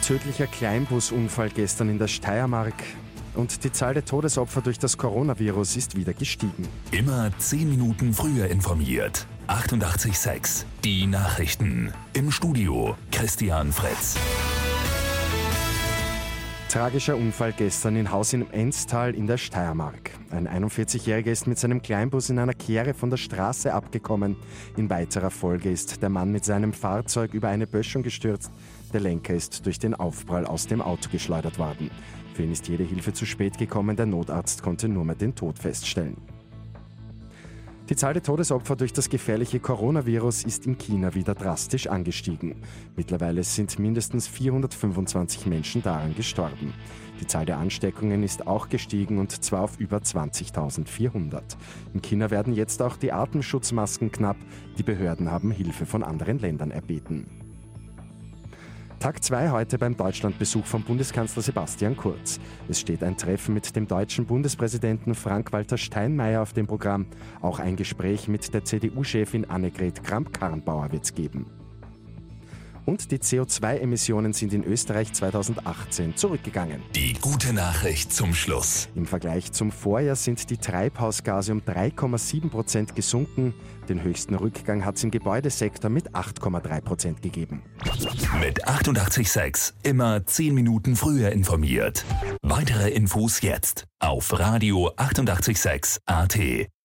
Tödlicher Kleinbusunfall gestern in der Steiermark. Und die Zahl der Todesopfer durch das Coronavirus ist wieder gestiegen. Immer 10 Minuten früher informiert. 88,6. Die Nachrichten. Im Studio Christian Fretz. Tragischer Unfall gestern in Haus im Enztal in der Steiermark. Ein 41-Jähriger ist mit seinem Kleinbus in einer Kehre von der Straße abgekommen. In weiterer Folge ist der Mann mit seinem Fahrzeug über eine Böschung gestürzt. Der Lenker ist durch den Aufprall aus dem Auto geschleudert worden. Für ihn ist jede Hilfe zu spät gekommen, der Notarzt konnte nur mehr den Tod feststellen. Die Zahl der Todesopfer durch das gefährliche Coronavirus ist in China wieder drastisch angestiegen. Mittlerweile sind mindestens 425 Menschen daran gestorben. Die Zahl der Ansteckungen ist auch gestiegen und zwar auf über 20.400. In China werden jetzt auch die Atemschutzmasken knapp. Die Behörden haben Hilfe von anderen Ländern erbeten. Tag 2 heute beim Deutschlandbesuch von Bundeskanzler Sebastian Kurz. Es steht ein Treffen mit dem deutschen Bundespräsidenten Frank-Walter Steinmeier auf dem Programm. Auch ein Gespräch mit der CDU-Chefin Annegret Kramp-Karrenbauer wird es geben. Und die CO2-Emissionen sind in Österreich 2018 zurückgegangen. Die gute Nachricht zum Schluss. Im Vergleich zum Vorjahr sind die Treibhausgase um 3,7% gesunken. Den höchsten Rückgang hat es im Gebäudesektor mit 8,3% gegeben. Mit 88,6 immer 10 Minuten früher informiert. Weitere Infos jetzt auf Radio 88,6 AT.